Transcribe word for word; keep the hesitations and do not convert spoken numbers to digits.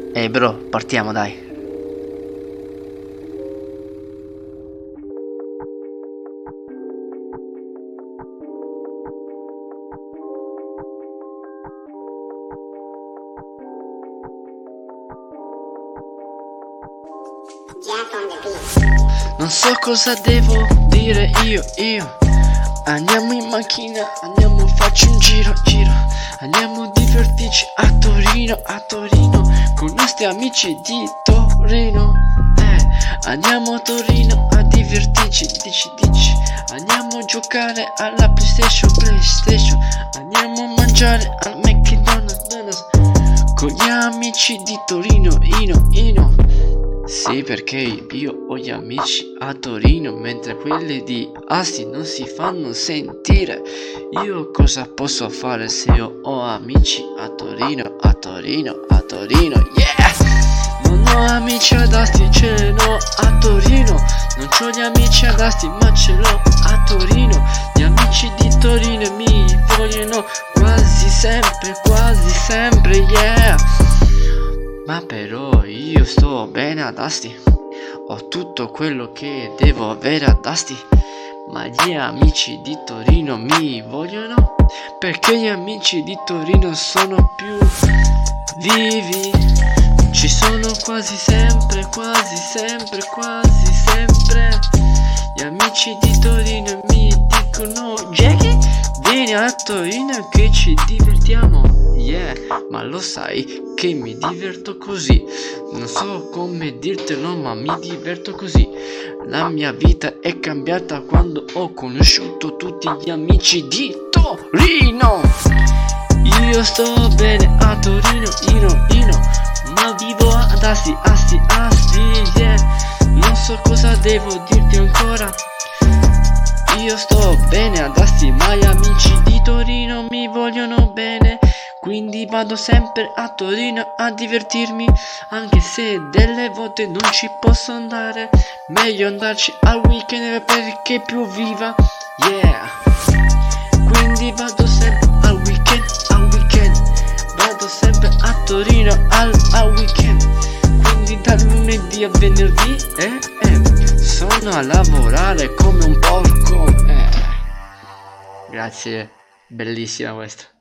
Ehi bro, partiamo dai. Non so cosa devo dire io, io. Andiamo in macchina, andiamo, faccio un giro, giro. Andiamo a divertirci a Torino, a Torino, con i nostri amici di Torino. Eh, andiamo a Torino a divertirci, dici, dici. Andiamo a giocare alla PlayStation, PlayStation. Andiamo a mangiare al McDonald's con gli amici di Torino, Ino, Ino. Sì, perché io ho gli amici a Torino, mentre quelli di Asti non si fanno sentire. Io cosa posso fare se io ho amici a Torino, a Torino, a Torino, yeah! Non ho amici ad Asti, ce l'ho a Torino. Non c'ho gli amici ad Asti, ma ce l'ho a Torino. Gli amici di Torino mi vogliono quasi sempre, quasi sempre, yeah! Ma però io sto bene ad Asti, ho tutto quello che devo avere ad Asti. Ma gli amici di Torino mi vogliono, perché gli amici di Torino sono più vivi. Ci sono quasi sempre, quasi sempre, quasi sempre. Gli amici di Torino mi dicono: Jackie, vieni a Torino che ci divertiamo. Yeah, ma lo sai che mi diverto così. Non so come dirtelo, ma mi diverto così. La mia vita è cambiata quando ho conosciuto tutti gli amici di Torino. Io sto bene a Torino, Ino, Ino, ma vivo ad Asti, Asti, Asti, yeah. Non so cosa devo dirti ancora. Io sto bene ad Asti, ma gli amici di Torino mi vogliono bene. Quindi vado sempre a Torino a divertirmi, anche se delle volte non ci posso andare. Meglio andarci al weekend perché pioviva, yeah. Quindi vado sempre al weekend, al weekend. Vado sempre a Torino al, al weekend. Quindi dal lunedì a venerdì, eh, eh, sono a lavorare come un porco, eh. Grazie, bellissima questa.